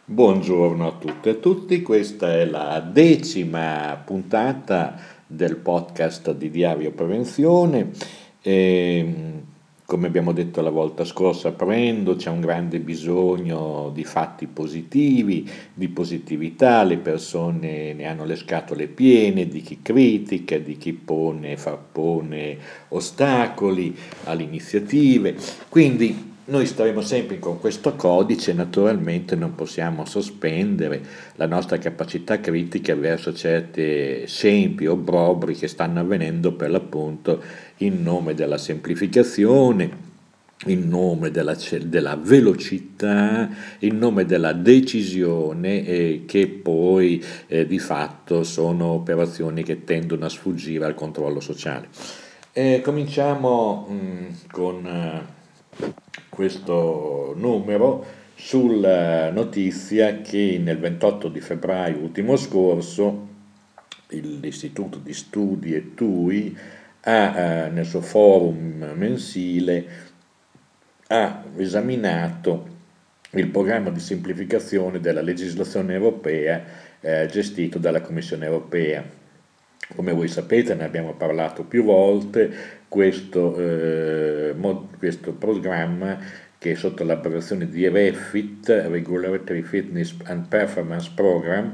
Buongiorno a tutte e a tutti, questa è la 10ª puntata del podcast di Diario Prevenzione. E, come abbiamo detto la volta scorsa, c'è un grande bisogno di fatti positivi, di positività, le persone ne hanno le scatole piene, di chi critica, di chi frappone ostacoli alle iniziative. Quindi noi staremo sempre con questo codice, naturalmente non possiamo sospendere la nostra capacità critica verso certi scempi o obbrobri che stanno avvenendo per l'appunto in nome della semplificazione, in nome della velocità, in nome della decisione, che poi di fatto sono operazioni che tendono a sfuggire al controllo sociale. Cominciamo con questo numero sulla notizia che nel 28 di febbraio ultimo scorso l'Istituto di Studi TUI nel suo forum mensile ha esaminato il programma di semplificazione della legislazione europea gestito dalla Commissione europea. Come voi sapete, ne abbiamo parlato più volte, questo programma, che è sotto l'abbreviazione di REFIT, Regulatory Fitness and Performance Program,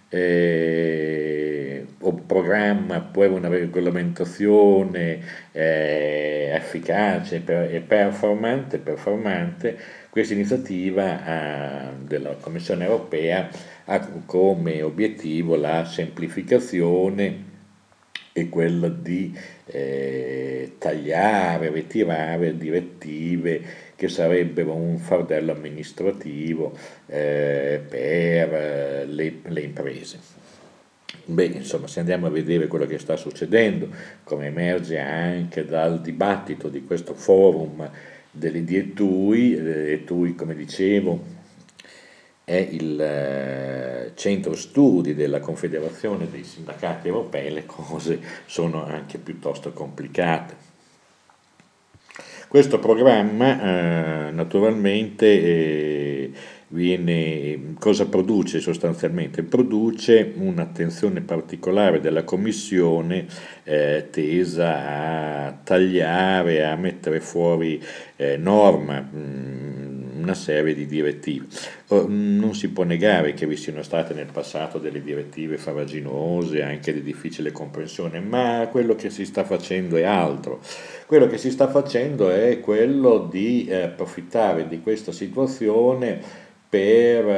o programma per una regolamentazione efficace e performante. Questa iniziativa della Commissione europea ha come obiettivo la semplificazione e quella di tagliare, ritirare direttive che sarebbero un fardello amministrativo per le imprese. Beh, insomma, se andiamo a vedere quello che sta succedendo, come emerge anche dal dibattito di questo forum dell'IDE-TUI, TUI, come dicevo, è il centro studi della Confederazione dei Sindacati Europei, le cose sono anche piuttosto complicate. Questo programma naturalmente cosa produce sostanzialmente? Produce un'attenzione particolare della Commissione tesa a tagliare, a mettere fuori norma una serie di direttive. Non si può negare che vi siano state nel passato delle direttive farraginose, anche di difficile comprensione, ma quello che si sta facendo è altro. Quello che si sta facendo è quello di approfittare di questa situazione per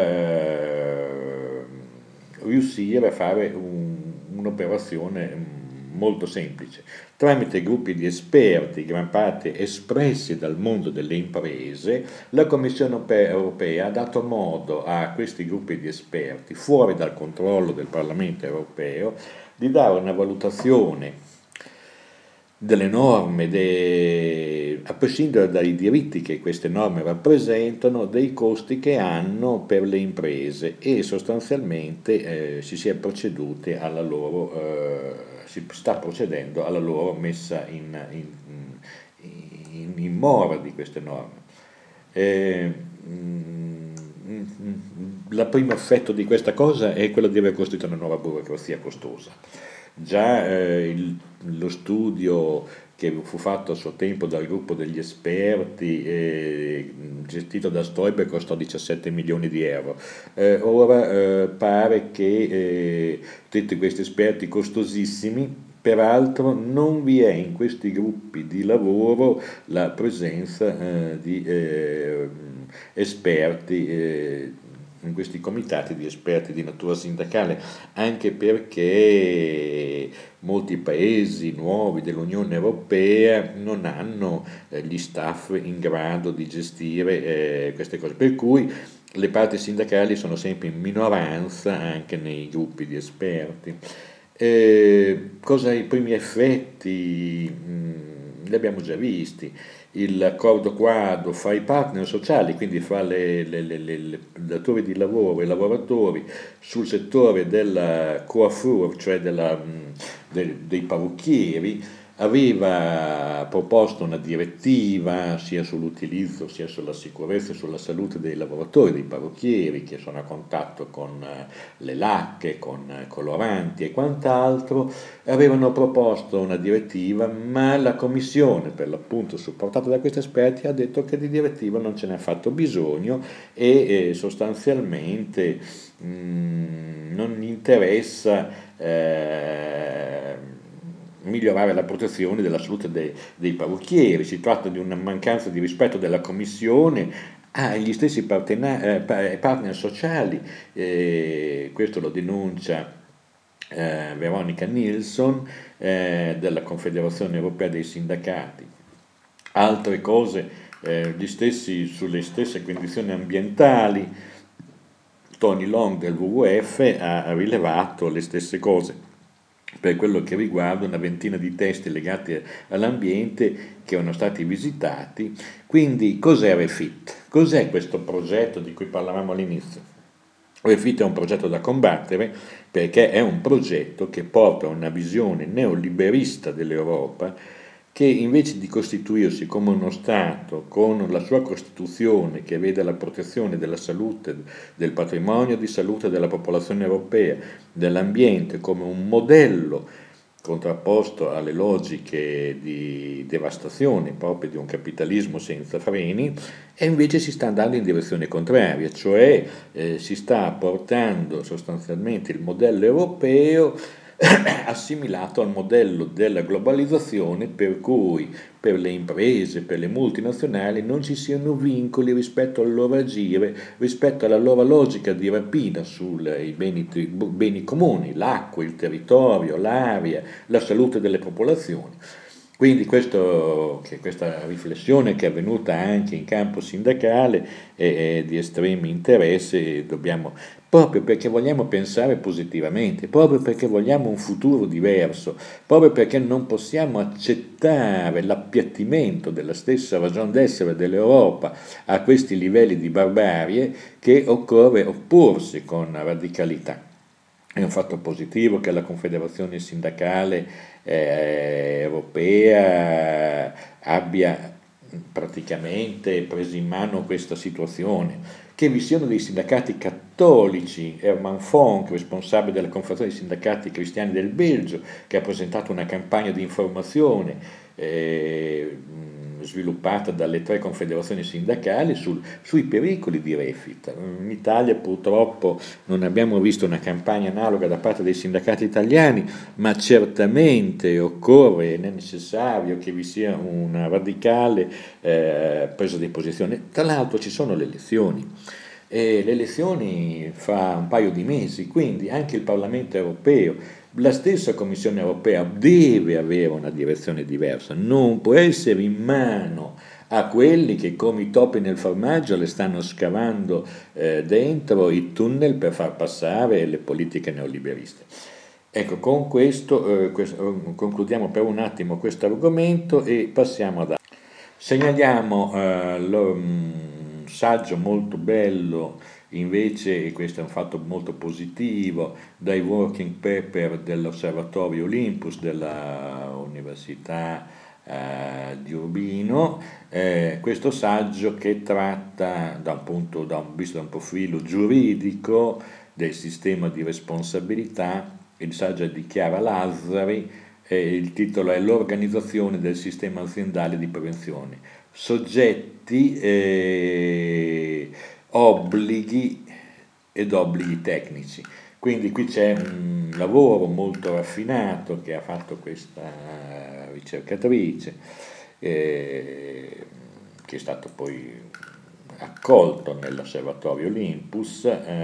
riuscire a fare un'operazione molto semplice. Tramite gruppi di esperti, gran parte espressi dal mondo delle imprese, la Commissione europea ha dato modo a questi gruppi di esperti, fuori dal controllo del Parlamento europeo, di dare una valutazione delle norme, a prescindere dai diritti che queste norme rappresentano, dei costi che hanno per le imprese, e sostanzialmente si sta procedendo alla loro messa in mora di queste norme. Il primo effetto di questa cosa è quello di aver costruito una nuova burocrazia costosa. Già lo studio che fu fatto a suo tempo dal gruppo degli esperti gestito da Stoiber costò 17 milioni di euro. Ora pare che tutti questi esperti costosissimi, peraltro non vi è in questi gruppi di lavoro la presenza di esperti, in questi comitati di esperti di natura sindacale, anche perché molti paesi nuovi dell'Unione Europea non hanno gli staff in grado di gestire queste cose, per cui le parti sindacali sono sempre in minoranza anche nei gruppi di esperti. I primi effetti li abbiamo già visti. L'accordo quadro fra i partner sociali, quindi fra i datori di lavoro e i lavoratori, sul settore della coiffure, cioè dei parrucchieri, aveva proposto una direttiva sia sull'utilizzo sia sulla sicurezza e sulla salute dei lavoratori, dei parrucchieri che sono a contatto con le lacche, con coloranti e quant'altro. Avevano proposto una direttiva, ma la commissione, per l'appunto supportata da questi esperti, ha detto che di direttiva non ce n'è affatto bisogno e sostanzialmente non gli interessa migliorare la protezione della salute dei parrucchieri. Si tratta di una mancanza di rispetto della Commissione agli stessi partner sociali. Questo lo denuncia Veronica Nilsson della Confederazione Europea dei Sindacati. Altre cose, sulle stesse condizioni ambientali, Tony Long del WWF ha rilevato le stesse cose per quello che riguarda una ventina di testi legati all'ambiente che erano stati visitati. Quindi cos'è Refit? Cos'è questo progetto di cui parlavamo all'inizio? Refit è un progetto da combattere perché è un progetto che porta a una visione neoliberista dell'Europa, che invece di costituirsi come uno Stato con la sua Costituzione che vede la protezione della salute, del patrimonio di salute della popolazione europea, dell'ambiente come un modello contrapposto alle logiche di devastazione proprio di un capitalismo senza freni, e invece si sta andando in direzione contraria, cioè si sta portando sostanzialmente il modello europeo assimilato al modello della globalizzazione, per cui per le imprese, per le multinazionali non ci siano vincoli rispetto al loro agire, rispetto alla loro logica di rapina sui beni comuni, l'acqua, il territorio, l'aria, la salute delle popolazioni. Quindi questa riflessione che è avvenuta anche in campo sindacale è di estremo interesse, dobbiamo, proprio perché vogliamo pensare positivamente, proprio perché vogliamo un futuro diverso, proprio perché non possiamo accettare l'appiattimento della stessa ragion d'essere dell'Europa a questi livelli di barbarie, che occorre opporsi con radicalità. È un fatto positivo che la Confederazione Sindacale Europea abbia praticamente preso in mano questa situazione, che vi siano dei sindacati cattolici. Herman Fonck, responsabile della Confederazione dei Sindacati Cristiani del Belgio, che ha presentato una campagna di informazione sviluppata dalle 3 confederazioni sindacali sui pericoli di Refit. In Italia purtroppo non abbiamo visto una campagna analoga da parte dei sindacati italiani, ma certamente occorre ed è necessario che vi sia una radicale presa di posizione. Tra l'altro ci sono le elezioni. E le elezioni fra un paio di mesi, quindi anche il Parlamento europeo, la stessa Commissione europea deve avere una direzione diversa, non può essere in mano a quelli che come i topi nel formaggio le stanno scavando dentro i tunnel per far passare le politiche neoliberiste. Ecco, con questo concludiamo per un attimo questo argomento e passiamo ad altro. Segnaliamo un saggio molto bello, invece, e questo è un fatto molto positivo, dai working paper dell'Osservatorio Olympus della Università di Urbino. Questo saggio che tratta visto da un profilo giuridico del sistema di responsabilità. Il saggio è di Chiara Lazzari. Il titolo è L'organizzazione del sistema aziendale di prevenzione, soggetti, obblighi ed obblighi tecnici. Quindi qui c'è un lavoro molto raffinato che ha fatto questa ricercatrice, che è stato poi accolto nell'Osservatorio Olympus,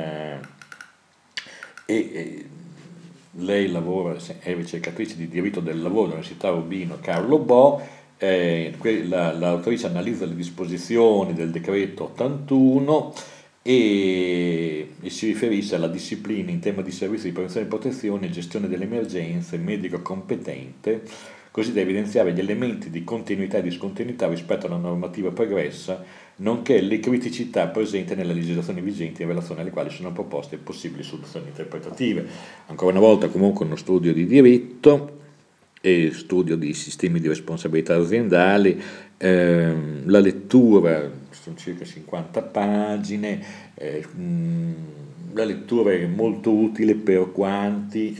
e lei è ricercatrice di diritto del lavoro all'Università Urbino Carlo Bo. L'autrice analizza le disposizioni del decreto 81 e si riferisce alla disciplina in tema di servizi di prevenzione e protezione e gestione delle emergenze medico competente, così da evidenziare gli elementi di continuità e discontinuità rispetto alla normativa pregressa, nonché le criticità presenti nella legislazione vigente in relazione alle quali sono proposte possibili soluzioni interpretative. Ancora una volta comunque uno studio di diritto e studio di sistemi di responsabilità aziendali. La lettura, sono circa 50 pagine, la lettura è molto utile per quanti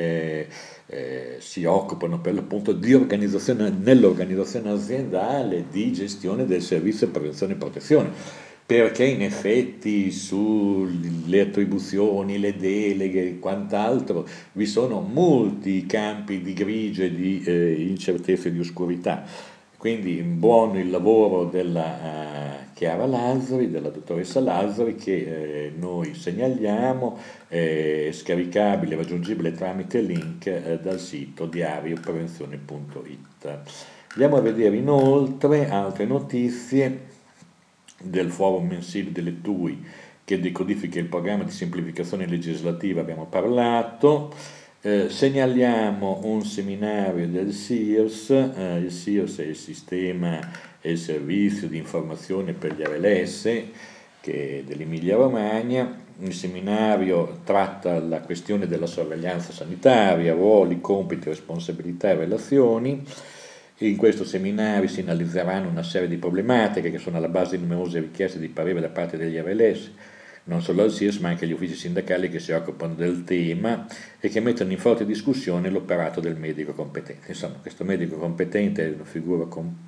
si occupano per l'appunto di organizzazione, nell'organizzazione aziendale, di gestione del servizio prevenzione e protezione, perché in effetti sulle attribuzioni, le deleghe e quant'altro vi sono molti campi di grigia e di incertezza e di oscurità. Quindi buono il lavoro della Chiara Lazzari, della dottoressa Lazzari, che noi segnaliamo, scaricabile, raggiungibile tramite link dal sito diarioprevenzione.it. Andiamo a vedere inoltre altre notizie del forum mensile delle TUI che decodifica il programma di semplificazione legislativa, abbiamo parlato. Segnaliamo un seminario del SIRS, il SIRS è il sistema e il servizio di informazione per gli RLS che è dell'Emilia Romagna. Il seminario tratta la questione della sorveglianza sanitaria, ruoli, compiti, responsabilità e relazioni. In questo seminario si analizzeranno una serie di problematiche che sono alla base di numerose richieste di parere da parte degli RLS, non solo al SIRS ma anche agli uffici sindacali che si occupano del tema e che mettono in forte discussione l'operato del medico competente. Insomma, questo medico competente è una figura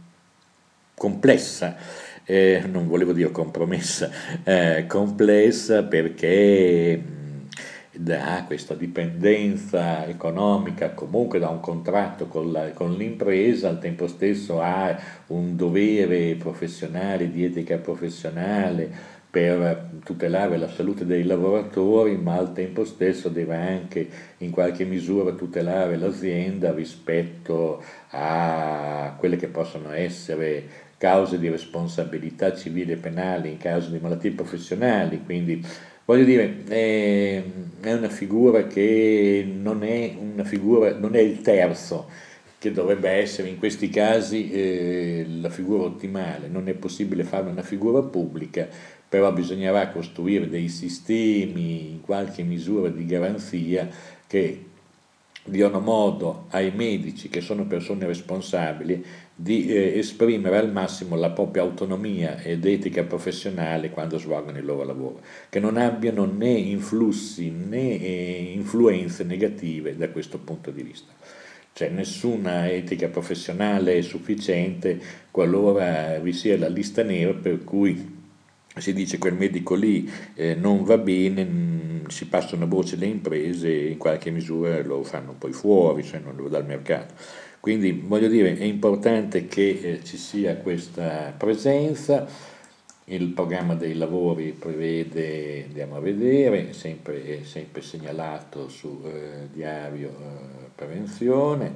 complessa, non volevo dire compromessa, complessa perché da questa dipendenza economica comunque da un contratto con l'impresa, al tempo stesso ha un dovere professionale, di etica professionale per tutelare la salute dei lavoratori, ma al tempo stesso deve anche in qualche misura tutelare l'azienda rispetto a quelle che possono essere cause di responsabilità civile e penale in caso di malattie professionali, quindi voglio dire, è una figura che non è una figura, non è il terzo che dovrebbe essere in questi casi la figura ottimale, non è possibile farne una figura pubblica, però bisognerà costruire dei sistemi in qualche misura di garanzia che diano modo ai medici, che sono persone responsabili, di esprimere al massimo la propria autonomia ed etica professionale quando svolgono il loro lavoro, che non abbiano né influssi né influenze negative da questo punto di vista. Cioè nessuna etica professionale è sufficiente qualora vi sia la lista nera per cui si dice quel medico lì non va bene, si passano a voce le imprese e in qualche misura lo fanno poi fuori, cioè non lo dà al mercato. Quindi voglio dire, è importante che ci sia questa presenza. Il programma dei lavori prevede, andiamo a vedere, è sempre segnalato su Diario Prevenzione,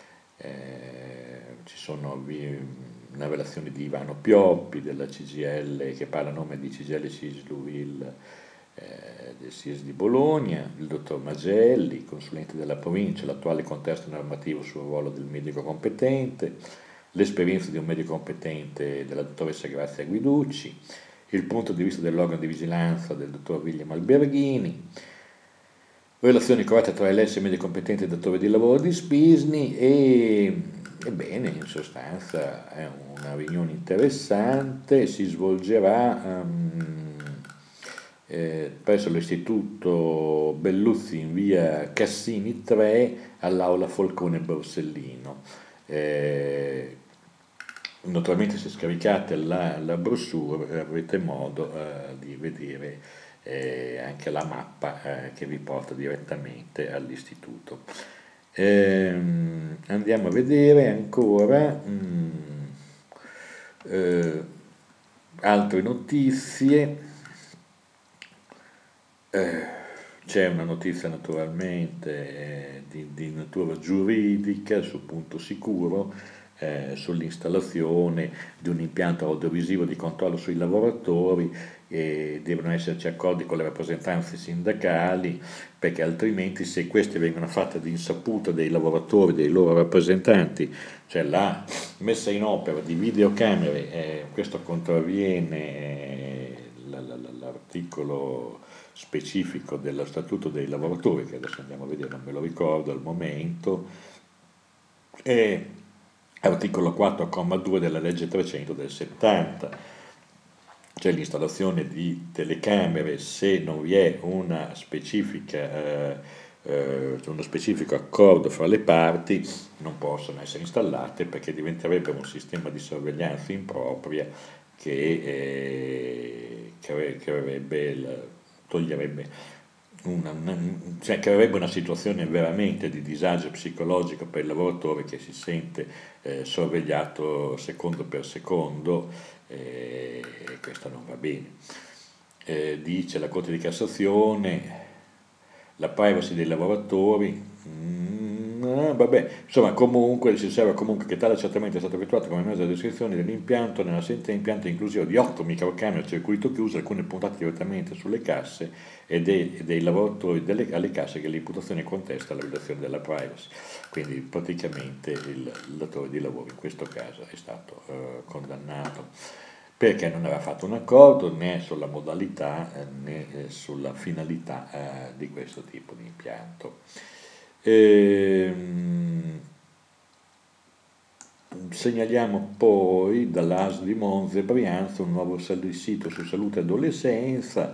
ci sono una relazione di Ivano Pioppi della CGL che parla a nome di CGL Cisluvil del SIES di Bologna, il dottor Magelli, consulente della provincia, l'attuale contesto normativo sul ruolo del medico competente, l'esperienza di un medico competente della dottoressa Grazia Guiducci, il punto di vista dell'organo di vigilanza del dottor William Alberghini, relazioni corrette tra LS e medico competente e datore di lavoro di Spisni e ebbene, in sostanza è una riunione interessante, si svolgerà presso l'Istituto Belluzzi in via Cassini 3 all'aula Folcone Borsellino. Naturalmente se scaricate la brochure avrete modo di vedere anche la mappa che vi porta direttamente all'istituto. Andiamo a vedere ancora altre notizie. C'è una notizia naturalmente di natura giuridica su Punto Sicuro sull'installazione di un impianto audiovisivo di controllo sui lavoratori e devono esserci accordi con le rappresentanze sindacali perché altrimenti se queste vengono fatte di insaputa dei lavoratori, dei loro rappresentanti, cioè la messa in opera di videocamere, questo contravviene l'articolo specifico dello Statuto dei lavoratori, che adesso andiamo a vedere, non me lo ricordo al momento, e articolo 4,2 della legge 300 del 70, c'è l'installazione di telecamere se non vi è una uno specifico accordo fra le parti, non possono essere installate perché diventerebbe un sistema di sorveglianza impropria che toglierebbe cioè creerebbe una situazione veramente di disagio psicologico per il lavoratore che si sente sorvegliato secondo per secondo, e questo non va bene. Dice la Corte di Cassazione, la privacy dei lavoratori, vabbè, insomma comunque si osserva comunque che tale accertamento è stato effettuato come mezzo di descrizione dell'impianto nella sentenza impianto inclusivo di 8 microcamere a circuito chiuso, alcune puntate direttamente sulle casse e dei lavoratori alle casse che l'imputazione contesta la violazione della privacy. Quindi praticamente il datore di lavoro in questo caso è stato condannato perché non aveva fatto un accordo né sulla modalità né sulla finalità di questo tipo di impianto. Segnaliamo poi dall'AS di Monza e Brianza un nuovo sito su salute e adolescenza.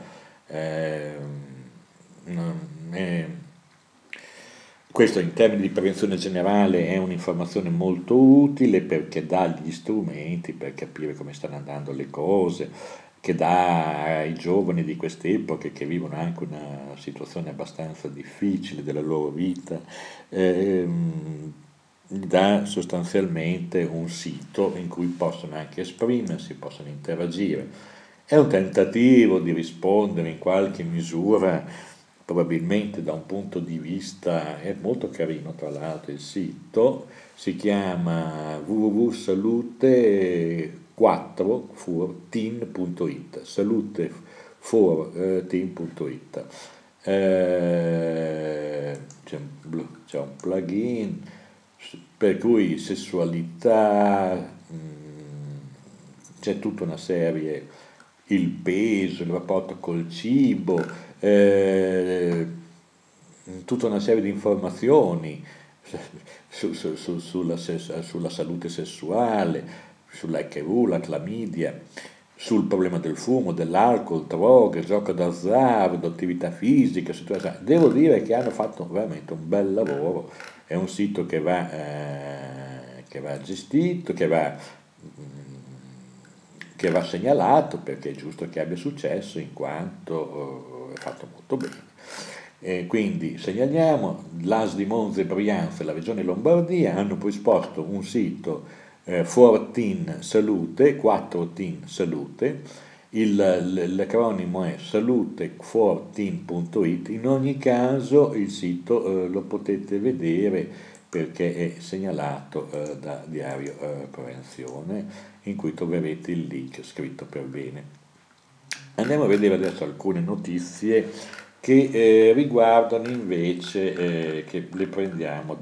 Questo in termini di prevenzione generale è un'informazione molto utile perché dà gli strumenti per capire come stanno andando le cose, che dà ai giovani di queste epoche che vivono anche una situazione abbastanza difficile della loro vita, dà sostanzialmente un sito in cui possono anche esprimersi, possono interagire. È un tentativo di rispondere in qualche misura, probabilmente da un punto di vista, è molto carino tra l'altro il sito, si chiama www.salute4team.it, salute4team.it. C'è un plugin per cui sessualità, c'è tutta una serie, il peso, il rapporto col cibo, eh, tutta una serie di informazioni sulla salute sessuale, sull'HIV, la clamidia, sul problema del fumo, dell'alcol, droghe, gioco d'azzardo, attività fisica, devo dire che hanno fatto veramente un bel lavoro, è un sito che va gestito, che va segnalato perché è giusto che abbia successo in quanto è fatto molto bene. Quindi segnaliamo l'AS di Monza e Brianza e la Regione Lombardia hanno predisposto un sito 4Teen Salute, 4Teen Salute, l'acronimo è salute4teen.it, in ogni caso il sito lo potete vedere perché è segnalato da Diario Prevenzione, in cui troverete il link scritto per bene. Andiamo a vedere adesso alcune notizie che riguardano invece, che le prendiamo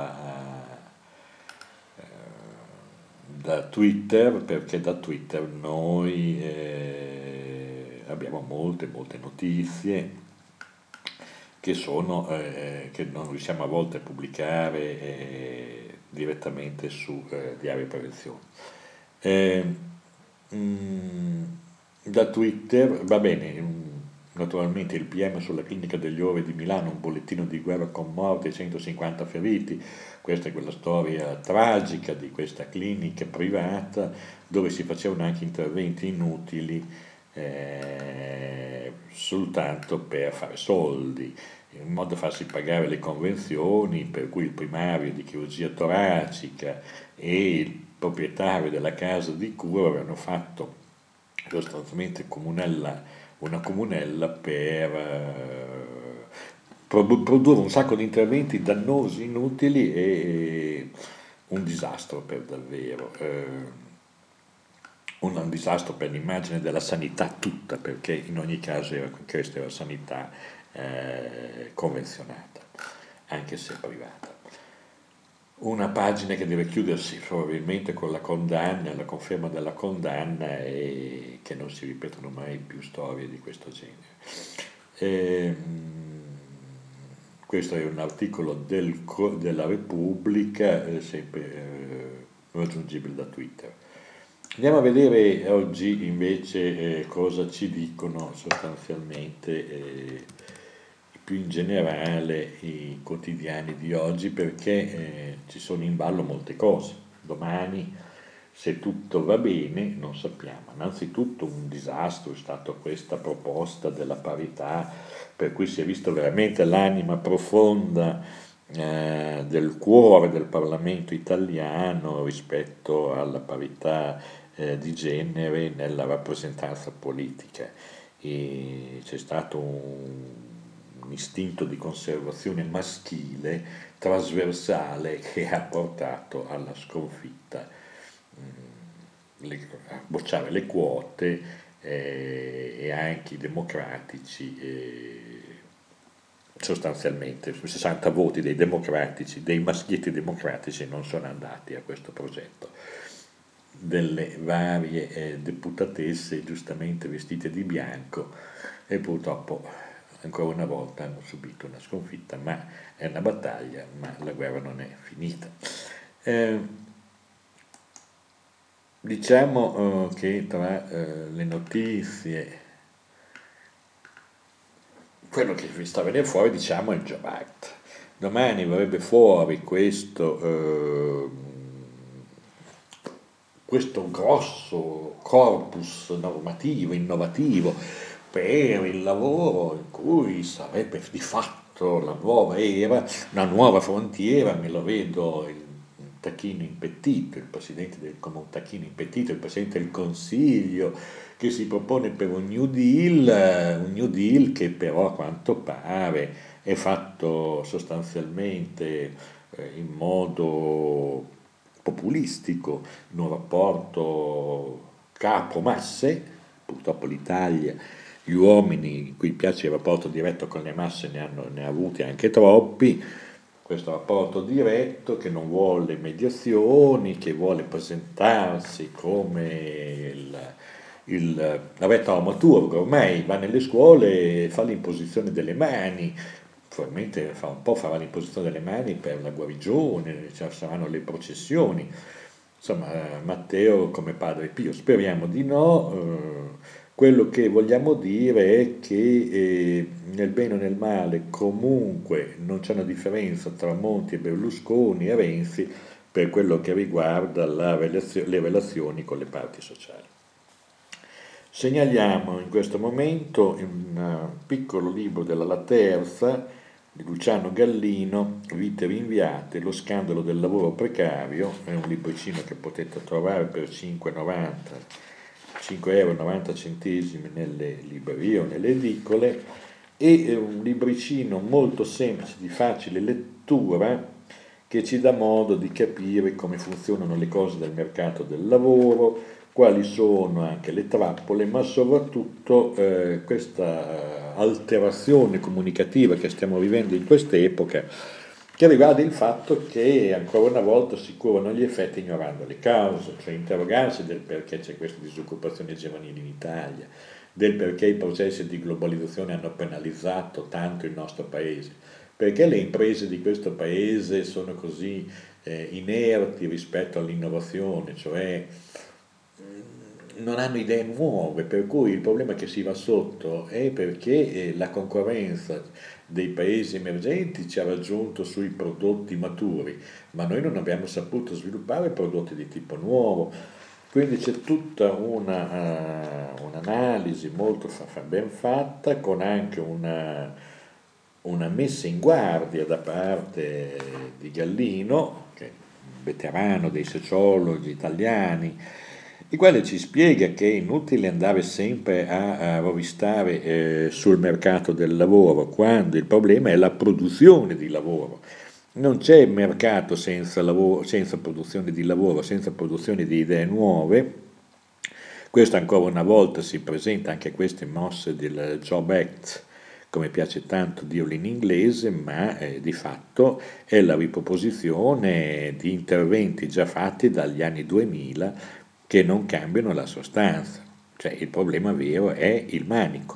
da Twitter, perché da Twitter noi abbiamo molte notizie che non riusciamo a volte a pubblicare direttamente su Diario Prevenzione. Eh, mm, Da Twitter, va bene, naturalmente il PM sulla clinica degli Ori di Milano, un bollettino di guerra con morti e 150 feriti, questa è quella storia tragica di questa clinica privata dove si facevano anche interventi inutili soltanto per fare soldi, in modo da farsi pagare le convenzioni, per cui il primario di chirurgia toracica e il proprietario della casa di cura avevano fatto sostanzialmente una comunella per produrre un sacco di interventi dannosi, inutili e un disastro per davvero. Un disastro per l'immagine della sanità tutta, perché in ogni caso questa era sanità convenzionata, anche se privata. Una pagina che deve chiudersi probabilmente con la condanna, la conferma della condanna e che non si ripetono mai più storie di questo genere. questo è un articolo della Repubblica, sempre raggiungibile da Twitter. Andiamo a vedere oggi invece cosa ci dicono sostanzialmente più in generale i quotidiani di oggi, perché ci sono in ballo molte cose. Domani, se tutto va bene, non sappiamo. Innanzitutto un disastro è stata questa proposta della parità, per cui si è visto veramente l'anima profonda del cuore del Parlamento italiano rispetto alla parità di genere nella rappresentanza politica. E c'è stato un istinto di conservazione maschile trasversale che ha portato alla sconfitta, a bocciare le quote e anche i democratici. Sostanzialmente 60 voti dei democratici, dei maschietti democratici, non sono andati a questo progetto. Delle varie deputatesse giustamente vestite di bianco, e purtroppo ancora una volta hanno subito una sconfitta, ma è una battaglia, ma la guerra non è finita. Diciamo che tra le notizie, quello che vi sta venendo fuori, diciamo, è il Job Act. Domani verrebbe fuori questo grosso corpus normativo, innovativo per il lavoro, in cui sarebbe di fatto la nuova era, una nuova frontiera. Me lo vedo il tacchino impettito, il presidente come un tacchino impettito, il presidente del Consiglio che si propone per un New Deal che però a quanto pare è fatto sostanzialmente in modo populistico, in un rapporto capo-masse. Purtroppo l'Italia, gli uomini cui piace il rapporto diretto con le masse ne ha avuti anche troppi. Questo rapporto diretto che non vuole mediazioni, che vuole presentarsi come vabbè, taumaturgo, ormai va nelle scuole e fa l'imposizione delle mani, probabilmente fa un po' farà l'imposizione delle mani per la guarigione, cioè saranno le processioni. Insomma, Matteo come Padre Pio, speriamo di no. Quello che vogliamo dire è che nel bene o nel male comunque non c'è una differenza tra Monti e Berlusconi e Renzi per quello che riguarda le relazioni con le parti sociali. Segnaliamo in questo momento un piccolo libro della La Terza di Luciano Gallino, Vite rinviate, lo scandalo del lavoro precario. È un libricino che potete trovare per 5,90 € nelle librerie o nelle edicole. È un libricino molto semplice, di facile lettura, che ci dà modo di capire come funzionano le cose del mercato del lavoro, quali sono anche le trappole, ma soprattutto questa alterazione comunicativa che stiamo vivendo in quest'epoca, che riguarda il fatto che ancora una volta si curano gli effetti ignorando le cause, cioè interrogarsi del perché c'è questa disoccupazione giovanile in Italia, del perché i processi di globalizzazione hanno penalizzato tanto il nostro paese, perché le imprese di questo paese sono così inerti rispetto all'innovazione, cioè non hanno idee nuove, per cui il problema che si va sotto è perché la concorrenza dei paesi emergenti ci ha raggiunto sui prodotti maturi, ma noi non abbiamo saputo sviluppare prodotti di tipo nuovo. Quindi c'è tutta un'analisi molto ben fatta, con anche una messa in guardia da parte di Gallino, che è un veterano dei sociologi italiani, il quale ci spiega che è inutile andare sempre a rovistare sul mercato del lavoro, quando il problema è la produzione di lavoro. Non c'è mercato senza lavoro, senza produzione di lavoro, senza produzione di idee nuove. Questo ancora una volta si presenta anche queste mosse del Job Act, come piace tanto dirlo in inglese, ma di fatto è la riproposizione di interventi già fatti dagli anni 2000 che non cambiano la sostanza. Cioè il problema vero è il manico. Il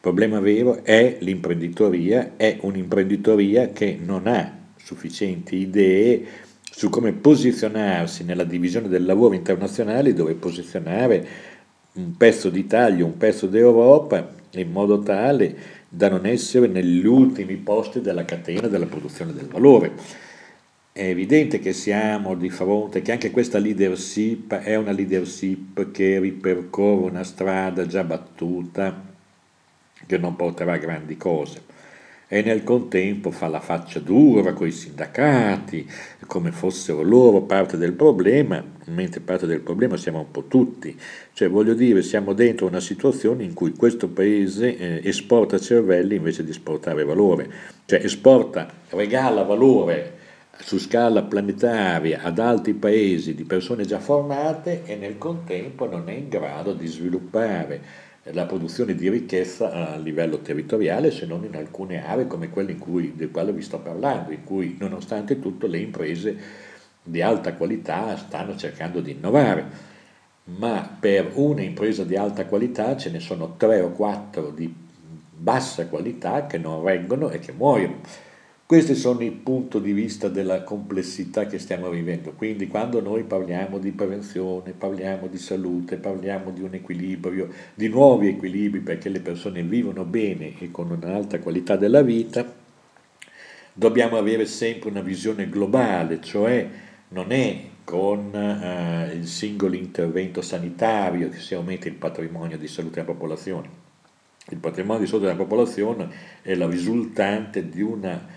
problema vero è l'imprenditoria, è un'imprenditoria che non ha sufficienti idee su come posizionarsi nella divisione del lavoro internazionale, dove posizionare un pezzo d'Italia, un pezzo d'Europa, in modo tale da non essere negli ultimi posti della catena della produzione del valore. È evidente che siamo di fronte, che anche questa leadership è una leadership che ripercorre una strada già battuta, che non porterà a grandi cose. E nel contempo fa la faccia dura con i sindacati, come fossero loro parte del problema, mentre parte del problema siamo un po' tutti. Cioè, voglio dire, siamo dentro una situazione in cui questo paese esporta cervelli invece di esportare valore, cioè esporta, regala valore su scala planetaria ad altri paesi di persone già formate e nel contempo non è in grado di sviluppare la produzione di ricchezza a livello territoriale, se non in alcune aree come quelle del quale vi sto parlando, in cui nonostante tutto le imprese di alta qualità stanno cercando di innovare, ma per una impresa di alta qualità ce ne sono 3 o 4 di bassa qualità che non reggono e che muoiono. Questi sono i punti di vista della complessità che stiamo vivendo, quindi quando noi parliamo di prevenzione, parliamo di salute, parliamo di un equilibrio, di nuovi equilibri perché le persone vivono bene e con un'alta qualità della vita, dobbiamo avere sempre una visione globale, cioè non è con il singolo intervento sanitario che si aumenta il patrimonio di salute della popolazione. Il patrimonio di salute della popolazione è la risultante di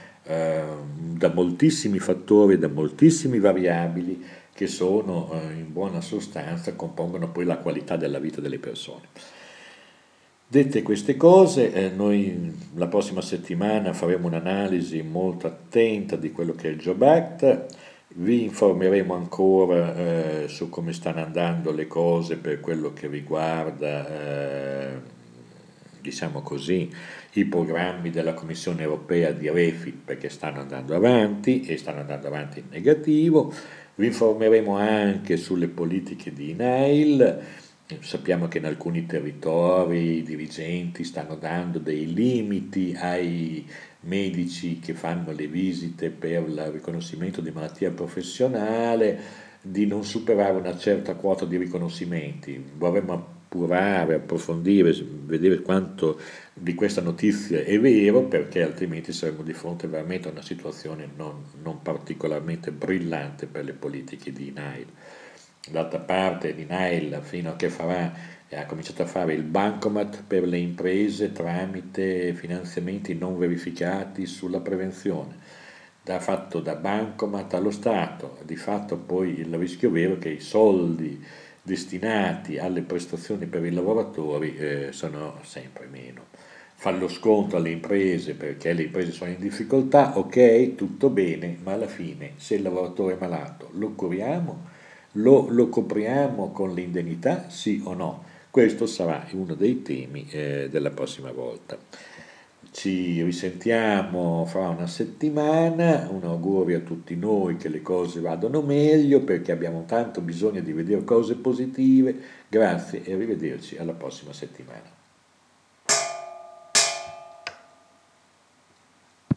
da moltissimi fattori, da moltissimi variabili che sono in buona sostanza, compongono poi la qualità della vita delle persone. Dette queste cose, noi la prossima settimana faremo un'analisi molto attenta di quello che è il Job Act, vi informeremo ancora su come stanno andando le cose per quello che riguarda, diciamo così, i programmi della Commissione europea di REFIT perché stanno andando avanti e stanno andando avanti in negativo, vi informeremo anche sulle politiche di INAIL. Sappiamo che in alcuni territori i dirigenti stanno dando dei limiti ai medici che fanno le visite per il riconoscimento di malattia professionale, di non superare una certa quota di riconoscimenti. Vorremmo appurare, approfondire, vedere quanto di questa notizia è vero, perché altrimenti saremmo di fronte veramente a una situazione non particolarmente brillante per le politiche di INAIL. D'altra parte l'INAIL fino a che ha cominciato a fare il bancomat per le imprese tramite finanziamenti non verificati sulla prevenzione, ha fatto da bancomat allo Stato, di fatto poi il rischio vero è che i soldi destinati alle prestazioni per i lavoratori sono sempre meno. Fa lo sconto alle imprese perché le imprese sono in difficoltà, ok, tutto bene, ma alla fine se il lavoratore è malato lo curiamo, lo copriamo con l'indennità, sì o no? Questo sarà uno dei temi della prossima volta. Ci risentiamo fra una settimana, un augurio a tutti noi che le cose vadano meglio perché abbiamo tanto bisogno di vedere cose positive. Grazie e arrivederci alla prossima settimana.